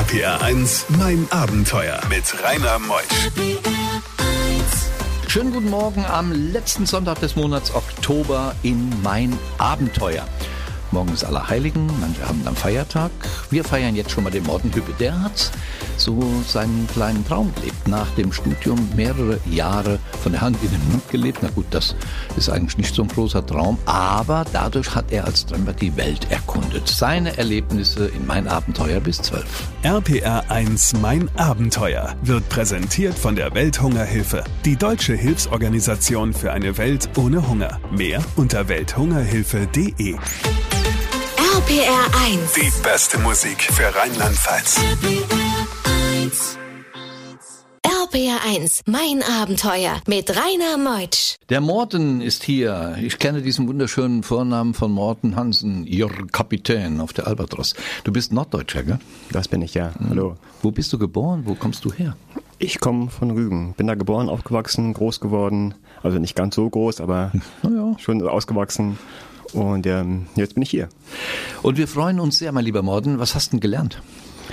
RPR 1, mein Abenteuer mit Rainer Meusch. Schönen guten Morgen am letzten Sonntag des Monats Oktober in mein Abenteuer. Morgen ist Allerheiligen, manche haben dann Feiertag. Wir feiern jetzt schon mal den Morten Hüppe. Der hat so seinen kleinen Traum gelebt. Nach dem Studium mehrere Jahre von der Hand in den Mund gelebt. Na gut, das ist eigentlich nicht so ein großer Traum, aber dadurch hat er als Tramper die Welt erkundet. Seine Erlebnisse in mein Abenteuer bis 12. RPR 1, mein Abenteuer wird präsentiert von der Welthungerhilfe. Die deutsche Hilfsorganisation für eine Welt ohne Hunger. Mehr unter welthungerhilfe.de. RPR 1. Die beste Musik für Rheinland-Pfalz. RPR 1, mein Abenteuer mit Rainer Meutsch. Der Morten ist hier. Ich kenne diesen wunderschönen Vornamen von Morten Hansen, Ihr Kapitän auf der Albatros. Du bist Norddeutscher, gell? Das bin ich, ja. Hallo. Wo bist du geboren? Wo kommst du her? Ich komme von Rügen. Bin da geboren, aufgewachsen, groß geworden. Also nicht ganz so groß, aber schon ausgewachsen. Und jetzt bin ich hier. Und wir freuen uns sehr, mein lieber Morten. Was hast du denn gelernt?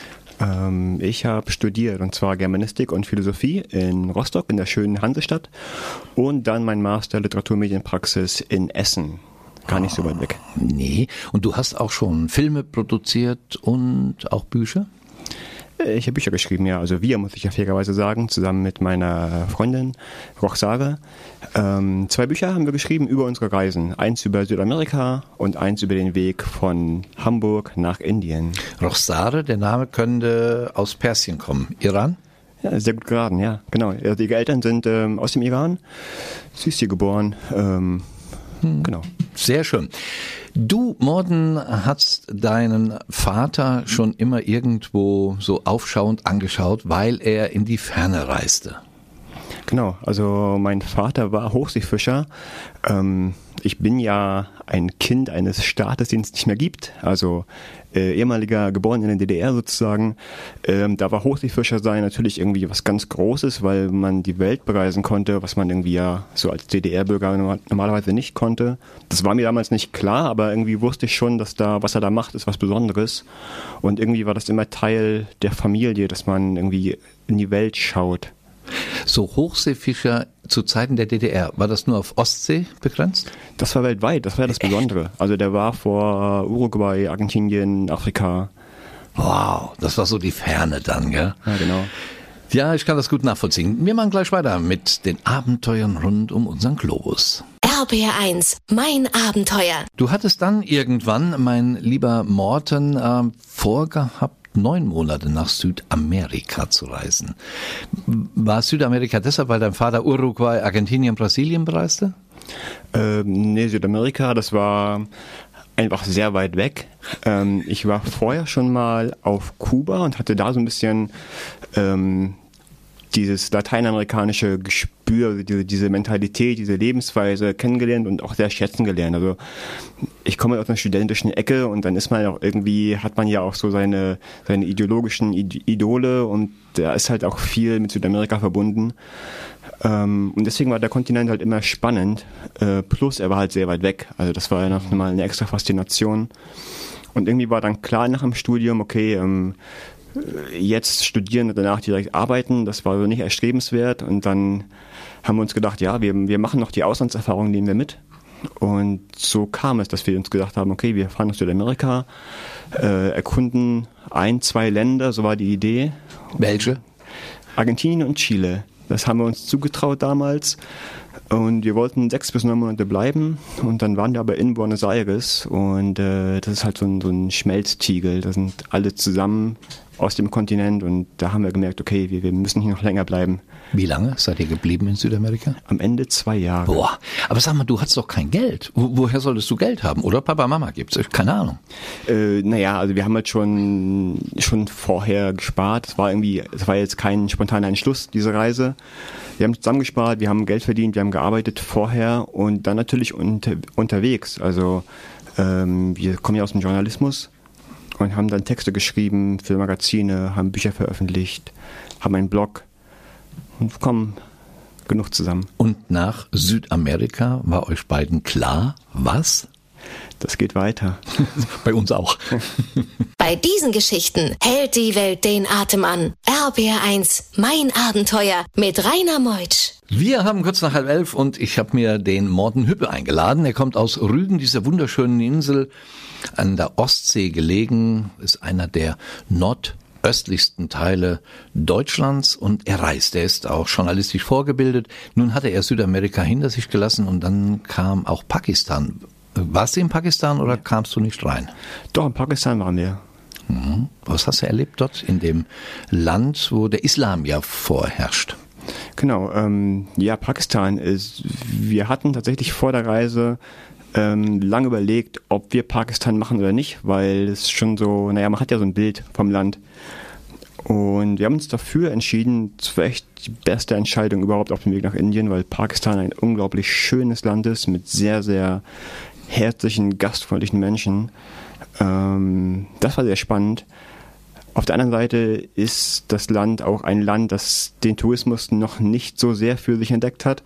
Ich habe studiert, und zwar Germanistik und Philosophie in Rostock, in der schönen Hansestadt. Und dann mein Master Literaturmedienpraxis in Essen. Gar nicht so weit weg. Nee. Und du hast auch schon Filme produziert und auch Bücher? Ich habe Bücher geschrieben, ja. Also wir, muss ich ja fairerweise sagen, zusammen mit meiner Freundin Roxane. 2 Bücher haben wir geschrieben über unsere Reisen. Eins über Südamerika und eins über den Weg von Hamburg nach Indien. Roxane, der Name könnte aus Persien kommen. Iran? Ja, sehr gut geraten, ja, genau. Also ihre Eltern sind aus dem Iran. Sie ist hier geboren. Genau. Sehr schön. Du, Morten, hast deinen Vater schon immer irgendwo so aufschauend angeschaut, weil er in die Ferne reiste. Genau, also mein Vater war Hochseefischer. Ich bin ja ein Kind eines Staates, den es nicht mehr gibt, also ehemaliger geboren in der DDR sozusagen. Da war Hochseefischer sein natürlich irgendwie was ganz Großes, weil man die Welt bereisen konnte, was man irgendwie ja so als DDR-Bürger normalerweise nicht konnte. Das war mir damals nicht klar, aber irgendwie wusste ich schon, dass da, was er da macht, ist was Besonderes. Und irgendwie war das immer Teil der Familie, dass man irgendwie in die Welt schaut. So Hochseefischer zu Zeiten der DDR, war das nur auf Ostsee begrenzt? Das war weltweit, das war ja das Besondere. Also der war vor Uruguay, Argentinien, Afrika. Wow, das war so die Ferne dann, gell? Ja, genau. Ja, ich kann das gut nachvollziehen. Wir machen gleich weiter mit den Abenteuern rund um unseren Globus. RPR 1, mein Abenteuer. Du hattest dann irgendwann, mein lieber Morten, vorgehabt, 9 Monate nach Südamerika zu reisen. War Südamerika deshalb, weil dein Vater Uruguay, Argentinien, Brasilien bereiste? Nee, Südamerika, das war einfach sehr weit weg. Ich war vorher schon mal auf Kuba und hatte da so ein bisschen dieses lateinamerikanische Gespür, diese Mentalität, diese Lebensweise kennengelernt und auch sehr schätzen gelernt. Also ich komme aus einer studentischen Ecke und dann ist man auch irgendwie, hat man ja auch so seine ideologischen Idole und da ist halt auch viel mit Südamerika verbunden. Und deswegen war der Kontinent halt immer spannend, plus er war halt sehr weit weg. Also das war ja noch mal eine extra Faszination. Und irgendwie war dann klar nach dem Studium, okay, jetzt studieren und danach direkt arbeiten, das war so nicht erstrebenswert. Und dann haben wir uns gedacht, ja, wir machen noch die Auslandserfahrung, nehmen wir mit. Und so kam es, dass wir uns gedacht haben, okay, wir fahren nach Südamerika, erkunden 1-2 Länder, so war die Idee. Welche? Argentinien und Chile. Das haben wir uns zugetraut damals. Und wir wollten 6 bis 9 Monate bleiben und dann waren wir aber in Buenos Aires und das ist halt so ein Schmelztiegel, da sind alle zusammen aus dem Kontinent und da haben wir gemerkt, okay, wir müssen hier noch länger bleiben. Wie lange seid ihr geblieben in Südamerika? Am Ende 2 Jahre. Boah, aber sag mal, du hast doch kein Geld. Woher solltest du Geld haben? Oder Papa, Mama gibt's? Keine Ahnung. Naja, also wir haben halt schon vorher gespart. Es war jetzt kein spontaner Entschluss, diese Reise. Wir haben zusammengespart, wir haben Geld verdient, wir haben gearbeitet vorher und dann natürlich unterwegs. Also wir kommen ja aus dem Journalismus und haben dann Texte geschrieben für Magazine, haben Bücher veröffentlicht, haben einen Blog und kommen genug zusammen. Und nach Südamerika war euch beiden klar, was? das geht weiter. Bei uns auch. Bei diesen Geschichten hält die Welt den Atem an. RBR1, mein Abenteuer mit Rainer Meutsch. Wir haben kurz nach 10:30 und ich habe mir den Morten Hüppe eingeladen. Er kommt aus Rügen, dieser wunderschönen Insel an der Ostsee gelegen, ist einer der nordöstlichsten Teile Deutschlands und er reist. Er ist auch journalistisch vorgebildet. Nun hatte er Südamerika hinter sich gelassen und dann kam auch Pakistan. Warst du in Pakistan oder kamst du nicht rein? Doch, in Pakistan waren wir. Was hast du erlebt dort in dem Land, wo der Islam ja vorherrscht? Genau, Pakistan ist, wir hatten tatsächlich vor der Reise lange überlegt, ob wir Pakistan machen oder nicht, weil es schon so, man hat ja so ein Bild vom Land. Und wir haben uns dafür entschieden, das war echt die beste Entscheidung überhaupt auf dem Weg nach Indien, weil Pakistan ein unglaublich schönes Land ist mit sehr, sehr herzlichen, gastfreundlichen Menschen. Das war sehr spannend. Auf der anderen Seite ist das Land auch ein Land, das den Tourismus noch nicht so sehr für sich entdeckt hat.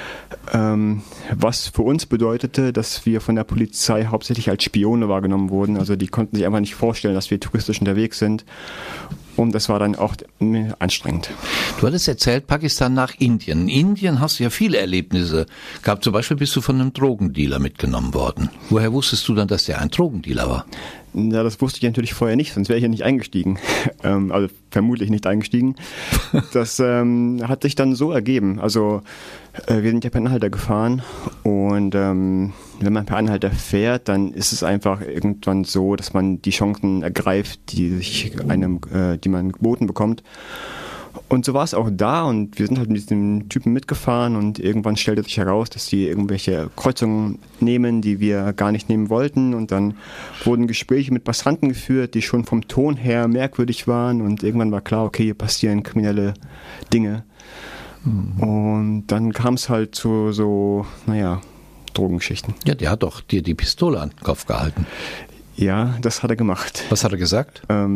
Was für uns bedeutete, dass wir von der Polizei hauptsächlich als Spione wahrgenommen wurden. Also die konnten sich einfach nicht vorstellen, dass wir touristisch unterwegs sind. Und das war dann auch anstrengend. Du hattest erzählt, Pakistan nach Indien. In Indien hast du ja viele Erlebnisse gehabt. Zum Beispiel bist du von einem Drogendealer mitgenommen worden. Woher wusstest du dann, dass der ein Drogendealer war? Ja, das wusste ich natürlich vorher nicht, sonst wäre ich ja nicht eingestiegen. Also vermutlich nicht eingestiegen. Das hat sich dann so ergeben. Also wir sind ja per Anhalter gefahren und wenn man per Anhalter fährt, dann ist es einfach irgendwann so, dass man die Chancen ergreift, die man geboten bekommt. Und so war es auch da und wir sind halt mit diesem Typen mitgefahren und irgendwann stellte sich heraus, dass die irgendwelche Kreuzungen nehmen, die wir gar nicht nehmen wollten und dann wurden Gespräche mit Passanten geführt, die schon vom Ton her merkwürdig waren und irgendwann war klar, okay, hier passieren kriminelle Dinge. Und dann kam es halt zu so, Drogengeschichten. Ja, der hat doch dir die Pistole an den Kopf gehalten. Ja, das hat er gemacht. Was hat er gesagt?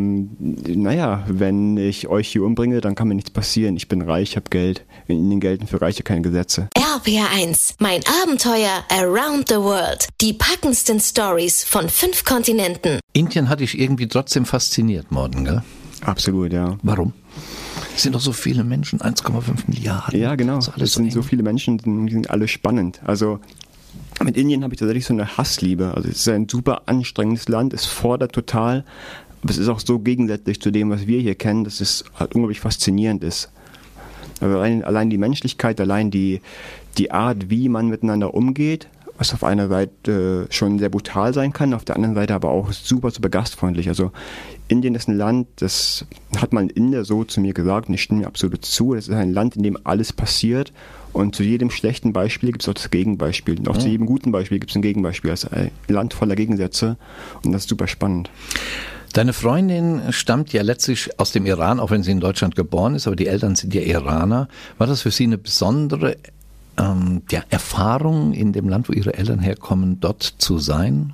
Wenn ich euch hier umbringe, dann kann mir nichts passieren. Ich bin reich, habe Geld. In Indien gelten für Reiche keine Gesetze. RBR1, mein Abenteuer around the world. Die packendsten Stories von 5 Kontinenten. Indien hat dich irgendwie trotzdem fasziniert, Morten, gell? Absolut, ja. Warum? Es sind doch so viele Menschen, 1,5 Milliarden. Ja, genau. Es sind so viele Menschen, die sind alle spannend. Also mit Indien habe ich tatsächlich so eine Hassliebe. Also es ist ein super anstrengendes Land, es fordert total, aber es ist auch so gegensätzlich zu dem, was wir hier kennen, dass es halt unglaublich faszinierend ist. Also allein die Menschlichkeit, allein die Art, wie man miteinander umgeht, was auf einer Seite schon sehr brutal sein kann, auf der anderen Seite aber auch super, super gastfreundlich. Also Indien ist ein Land, das hat mal ein Inder so zu mir gesagt und ich stimme mir absolut zu, das ist ein Land, in dem alles passiert und zu jedem schlechten Beispiel gibt es auch das Gegenbeispiel und auch zu jedem guten Beispiel gibt es ein Gegenbeispiel. Also ein Land voller Gegensätze und das ist super spannend. Deine Freundin stammt ja letztlich aus dem Iran, auch wenn sie in Deutschland geboren ist, aber die Eltern sind ja Iraner. War das für sie eine besondere Erfahrung in dem Land, wo ihre Eltern herkommen, dort zu sein?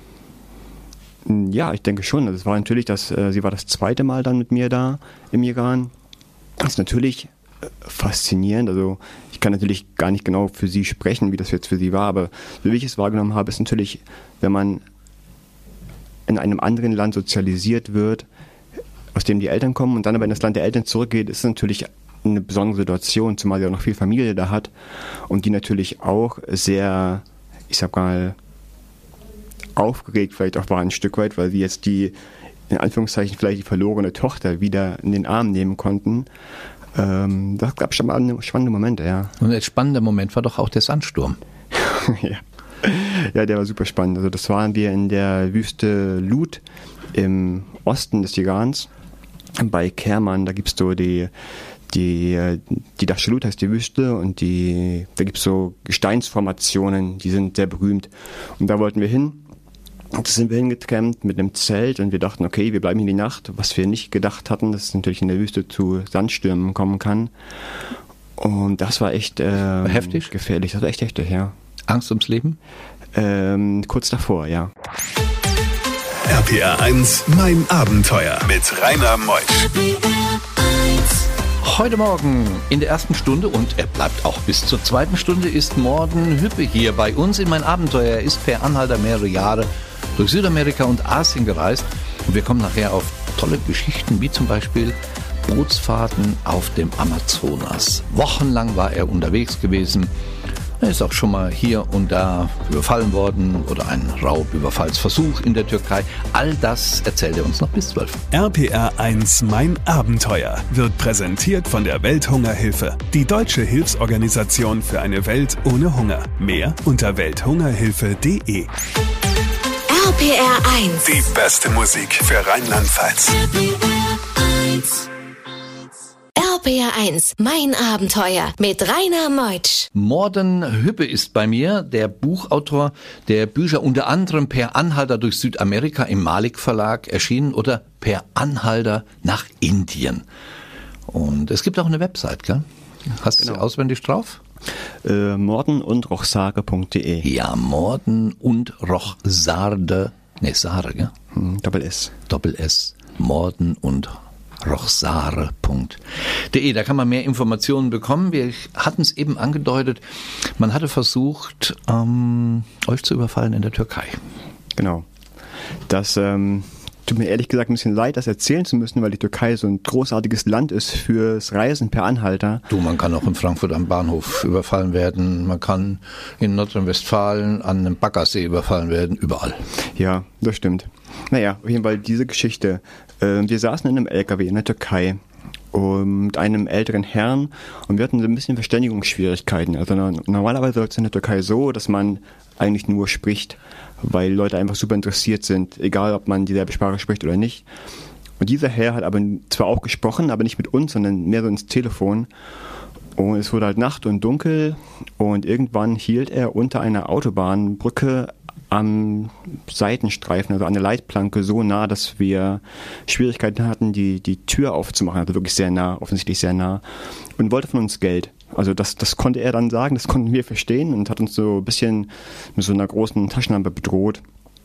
Ja, ich denke schon. Es war natürlich, sie war das zweite Mal dann mit mir da im Iran. Das ist natürlich faszinierend. Also ich kann natürlich gar nicht genau für sie sprechen, wie das jetzt für sie war, aber so wie ich es wahrgenommen habe, ist natürlich, wenn man in einem anderen Land sozialisiert wird, aus dem die Eltern kommen und dann aber in das Land der Eltern zurückgeht, ist es natürlich eine besondere Situation, zumal sie auch noch viel Familie da hat und die natürlich auch sehr, ich sag mal, aufgeregt vielleicht auch war ein Stück weit, weil sie jetzt die, in Anführungszeichen, vielleicht die verlorene Tochter wieder in den Arm nehmen konnten. Das gab schon mal spannende Momente, ja. Und ein spannender Moment war doch auch der Sandsturm. Ja, der war super spannend. Also das waren wir in der Wüste Lut im Osten des Irans, bei Kerman. Da gibt es so die Dasht-e-Lut heißt die Wüste und da gibt es so Gesteinsformationen, die sind sehr berühmt. Und da wollten wir hin. Und da sind wir hingecampt mit einem Zelt und wir dachten, okay, wir bleiben hier die Nacht. Was wir nicht gedacht hatten, dass es natürlich in der Wüste zu Sandstürmen kommen kann. Und das war echt heftig? Gefährlich. Das war echt heftig, ja. Angst ums Leben? Kurz davor, ja. RPR1, mein Abenteuer mit Rainer Meutsch. Heute Morgen in der ersten Stunde, und er bleibt auch bis zur zweiten Stunde, ist Morten Hüppe hier bei uns in Mein Abenteuer. Er ist per Anhalter mehrere Jahre durch Südamerika und Asien gereist. Und wir kommen nachher auf tolle Geschichten, wie zum Beispiel Bootsfahrten auf dem Amazonas. Wochenlang war er unterwegs gewesen. Er ist auch schon mal hier und da überfallen worden oder ein Raubüberfallsversuch in der Türkei. All das erzählt er uns noch bis 12. RPR 1 Mein Abenteuer wird präsentiert von der Welthungerhilfe, die deutsche Hilfsorganisation für eine Welt ohne Hunger. Mehr unter welthungerhilfe.de. RPR 1. Die beste Musik für Rheinland-Pfalz. RPR 1, Mein Abenteuer mit Rainer Meutsch. Morten Hüppe ist bei mir, der Buchautor, der Bücher unter anderem Per Anhalter durch Südamerika im Malik Verlag erschienen oder Per Anhalter nach Indien. Und es gibt auch eine Website, gell? Hast du sie auswendig drauf? morten-und-rochsarde.de. Ja, Morten und Rochsarde, Sare, gell? Doppel-S. Doppel-S, Morten und rochsare.de. Da kann man mehr Informationen bekommen. Wir hatten es eben angedeutet, man hatte versucht, euch zu überfallen in der Türkei. Genau. Das tut mir ehrlich gesagt ein bisschen leid, das erzählen zu müssen, weil die Türkei so ein großartiges Land ist fürs Reisen per Anhalter. Du, man kann auch in Frankfurt am Bahnhof überfallen werden, man kann in Nordrhein-Westfalen an einem Baggersee überfallen werden, überall. Ja, das stimmt. Naja, auf jeden Fall diese Geschichte. Wir saßen in einem LKW in der Türkei mit einem älteren Herrn und wir hatten so ein bisschen Verständigungsschwierigkeiten. Also normalerweise ist es in der Türkei so, dass man eigentlich nur spricht, weil Leute einfach super interessiert sind, egal ob man dieselbe Sprache spricht oder nicht. Und dieser Herr hat aber zwar auch gesprochen, aber nicht mit uns, sondern mehr so ins Telefon. Und es wurde halt Nacht und dunkel und irgendwann hielt er unter einer Autobahnbrücke am Seitenstreifen, also an der Leitplanke, so nah, dass wir Schwierigkeiten hatten, die Tür aufzumachen, also wirklich sehr nah, offensichtlich sehr nah, und wollte von uns Geld. Also das konnte er dann sagen, das konnten wir verstehen und hat uns so ein bisschen mit so einer großen Taschenlampe bedroht.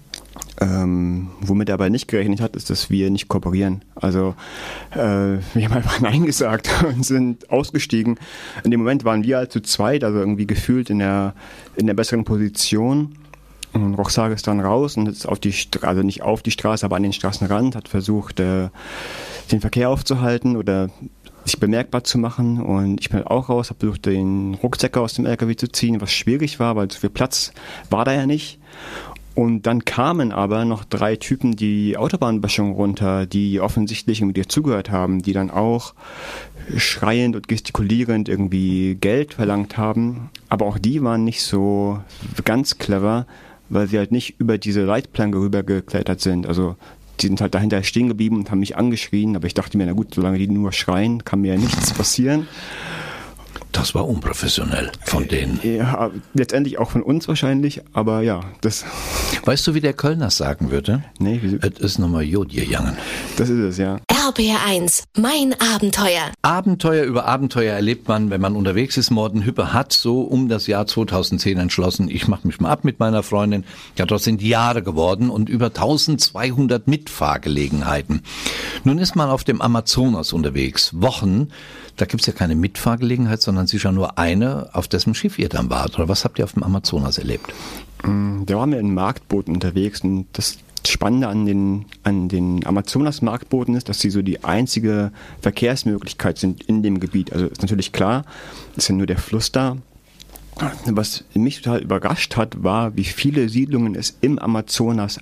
Womit er aber nicht gerechnet hat, ist, dass wir nicht kooperieren. Also wir haben einfach Nein gesagt und sind ausgestiegen. In dem Moment waren wir halt zu zweit, also irgendwie gefühlt in der besseren Position. Und Rochsarde ist dann raus und ist also nicht auf die Straße, aber an den Straßenrand, hat versucht, den Verkehr aufzuhalten oder sich bemerkbar zu machen. Und ich bin halt auch raus, habe versucht, den Rucksäcker aus dem LKW zu ziehen, was schwierig war, weil so viel Platz war da ja nicht. Und dann kamen aber noch 3 Typen die Autobahnböschung runter, die offensichtlich mit dir zugehört haben, die dann auch schreiend und gestikulierend irgendwie Geld verlangt haben. Aber auch die waren nicht so ganz clever, weil sie halt nicht über diese Leitplanke rübergeklettert sind. Also die sind halt dahinter stehen geblieben und haben mich angeschrien. Aber ich dachte mir, na gut, solange die nur schreien, kann mir ja nichts passieren. Das war unprofessionell von denen. Ja, letztendlich auch von uns wahrscheinlich, aber ja, das... Weißt du, wie der Kölner sagen würde? Nee, wie... Es ist nochmal Jodjejangen. Das ist es, ja. RPR 1, Mein Abenteuer. Abenteuer über Abenteuer erlebt man, wenn man unterwegs ist. Morten Hüppe hat so um das Jahr 2010 entschlossen, ich mache mich mal ab mit meiner Freundin. Ja, dort sind Jahre geworden und über 1200 Mitfahrgelegenheiten. Nun ist man auf dem Amazonas unterwegs, Wochen. Da gibt's ja keine Mitfahrgelegenheit, sondern sicher nur eine, auf dessen Schiff ihr dann wart. Oder was habt ihr auf dem Amazonas erlebt? Da waren wir in Marktbooten unterwegs und das Spannende an den Amazonas-Marktbooten ist, dass sie so die einzige Verkehrsmöglichkeit sind in dem Gebiet. Also ist natürlich klar, ist ja nur der Fluss da. Was mich total überrascht hat, war, wie viele Siedlungen es am Amazonas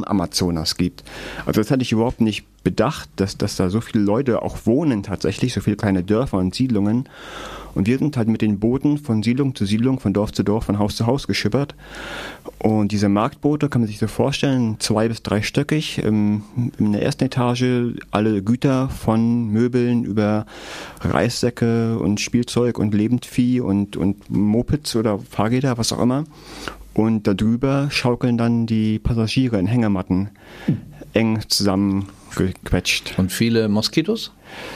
gibt. Also das hatte ich überhaupt nicht bedacht, dass da so viele Leute auch wohnen tatsächlich, so viele kleine Dörfer und Siedlungen. Und wir sind halt mit den Booten von Siedlung zu Siedlung, von Dorf zu Dorf, von Haus zu Haus geschippert. Und diese Marktboote kann man sich so vorstellen, 2- bis 3-stöckig. In der ersten Etage alle Güter von Möbeln über Reissäcke und Spielzeug und Lebendvieh und Mopeds oder Fahrräder, was auch immer. Und darüber schaukeln dann die Passagiere in Hängematten eng zusammengequetscht. Und viele Moskitos?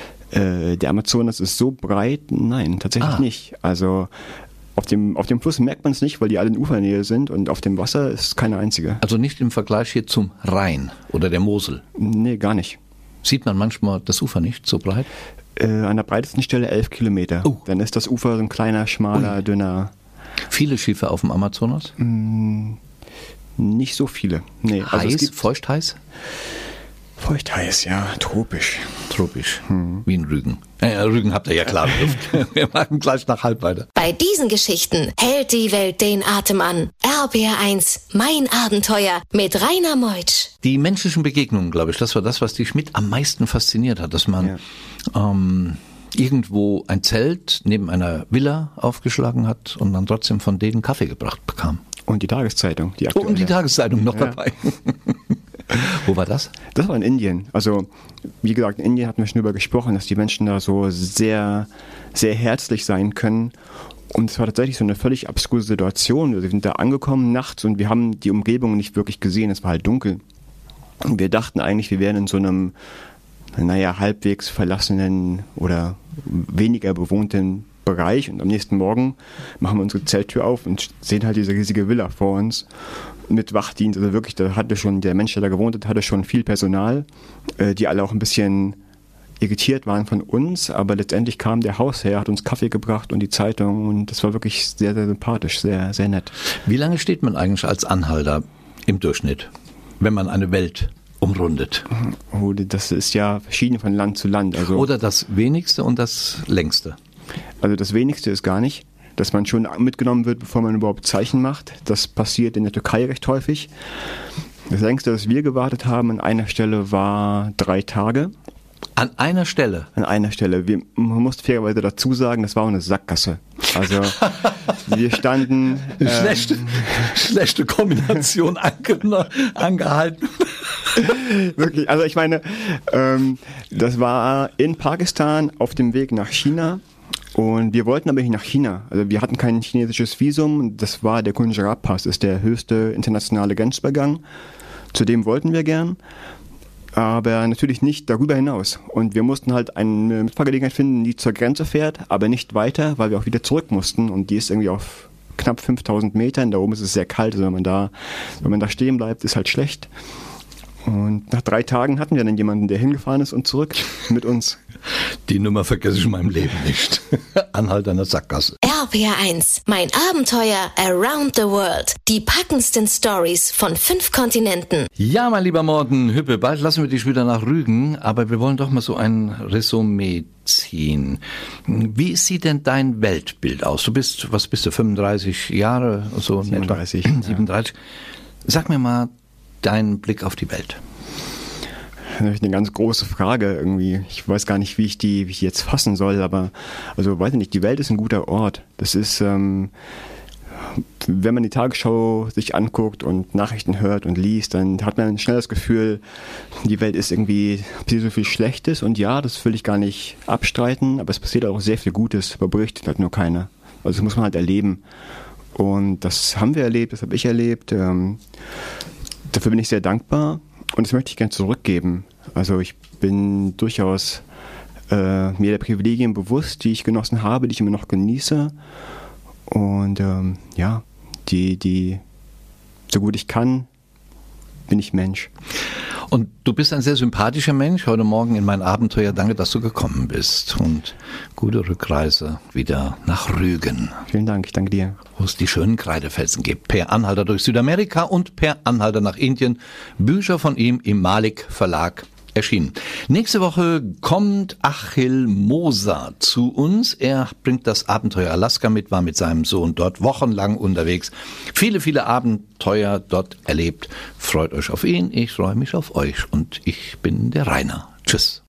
Der Amazonas ist so breit, nein, tatsächlich nicht. Also auf dem Fluss merkt man es nicht, weil die alle in Ufernähe sind und auf dem Wasser ist keine einzige. Also nicht im Vergleich hier zum Rhein oder der Mosel? Nee, gar nicht. Sieht man manchmal das Ufer nicht so breit? An der breitesten Stelle 11 Kilometer. Oh. Dann ist das Ufer so ein kleiner, schmaler, dünner. Viele Schiffe auf dem Amazonas? Nicht so viele. Nee, Heiß, feucht-heiß? Feucht-heiß, ja, tropisch. Tropisch, wie in Rügen. Rügen habt ihr ja klar. Wir machen gleich nach halb weiter. Bei diesen Geschichten hält die Welt den Atem an. RBR1, mein Abenteuer mit Rainer Meutsch. Die menschlichen Begegnungen, glaube ich, das war das, was dich mit am meisten fasziniert hat, dass man irgendwo ein Zelt neben einer Villa aufgeschlagen hat und dann trotzdem von denen Kaffee gebracht bekam. Und die Tageszeitung, die aktuelle. Und die Tageszeitung noch dabei. Wo war das? Das war in Indien. Also, wie gesagt, in Indien hatten wir schon darüber gesprochen, dass die Menschen da so sehr, sehr herzlich sein können. Und es war tatsächlich so eine völlig abstruse Situation. Wir sind da angekommen nachts und wir haben die Umgebung nicht wirklich gesehen. Es war halt dunkel. Und wir dachten eigentlich, wir wären in so einem, halbwegs verlassenen oder weniger bewohnten Bereich. Und am nächsten Morgen machen wir unsere Zelttür auf und sehen halt diese riesige Villa vor uns mit Wachdienst. Also wirklich, da hatte schon der Mensch, der da gewohnt hat, hatte schon viel Personal, die alle auch ein bisschen irritiert waren von uns. Aber letztendlich kam der Hausherr, hat uns Kaffee gebracht und die Zeitung. Und das war wirklich sehr, sehr sympathisch, sehr, sehr nett. Wie lange steht man eigentlich als Anhalter im Durchschnitt, wenn man eine Welt umrundet? Oh, das ist ja verschieden von Land zu Land. Also, oder das wenigste und das längste? Also das wenigste ist gar nicht, dass man schon mitgenommen wird, bevor man überhaupt Zeichen macht. Das passiert in der Türkei recht häufig. Das längste, das wir gewartet haben, an einer Stelle war 3 Tage. An einer Stelle? An einer Stelle. Man muss fairerweise dazu sagen, das war auch eine Sackgasse. Also wir standen... Schlechte Kombination angehalten. Wirklich, also ich meine, das war in Pakistan auf dem Weg nach China. Und wir wollten aber nicht nach China. Also wir hatten kein chinesisches Visum. Das war der Gujarat-Pass, ist der höchste internationale Grenzübergang. Zu dem wollten wir gern, aber natürlich nicht darüber hinaus. Und wir mussten halt eine Mitfahrgelegenheit finden, die zur Grenze fährt, aber nicht weiter, weil wir auch wieder zurück mussten. Und die ist irgendwie auf knapp 5000 Metern. Da oben ist es sehr kalt, also wenn man da stehen bleibt, ist halt schlecht. Und nach 3 Tagen hatten wir dann jemanden, der hingefahren ist und zurück mit uns. Die Nummer vergesse ich in meinem Leben nicht. Anhalt an der Sackgasse. RBR1, mein Abenteuer around the world. Die packendsten Stories von 5 Kontinenten. Ja, mein lieber Morten Hüppe, bald lassen wir dich wieder nach Rügen, aber wir wollen doch mal so ein Resümee ziehen. Wie sieht denn dein Weltbild aus? Du bist 35 Jahre? So 37. 37. Sag mir mal deinen Blick auf die Welt. Das ist eine ganz große Frage irgendwie. Ich weiß gar nicht, wie ich die jetzt fassen soll, aber also weiß ich nicht, die Welt ist ein guter Ort. Das ist, wenn man die Tagesschau sich anguckt und Nachrichten hört und liest, dann hat man schnell das Gefühl, die Welt ist irgendwie, so viel Schlechtes und ja, das will ich gar nicht abstreiten, aber es passiert auch sehr viel Gutes, aber berichtet halt nur keiner. Also das muss man halt erleben. Und das haben wir erlebt, das habe ich erlebt. Dafür bin ich sehr dankbar und das möchte ich gerne zurückgeben. Also ich bin durchaus mir der Privilegien bewusst, die ich genossen habe, die ich immer noch genieße. Und die so gut ich kann, bin ich Mensch. Und du bist ein sehr sympathischer Mensch. Heute Morgen in mein Abenteuer. Danke, dass du gekommen bist. Und gute Rückreise wieder nach Rügen. Vielen Dank, ich danke dir. Wo es die schönen Kreidefelsen gibt. Per Anhalter durch Südamerika und per Anhalter nach Indien. Bücher von ihm im Malik Verlag erschienen. Nächste Woche kommt Achill Moser zu uns. Er bringt das Abenteuer Alaska mit, war mit seinem Sohn dort wochenlang unterwegs. Viele, viele Abenteuer dort erlebt. Freut euch auf ihn, ich freue mich auf euch und ich bin der Rainer. Tschüss.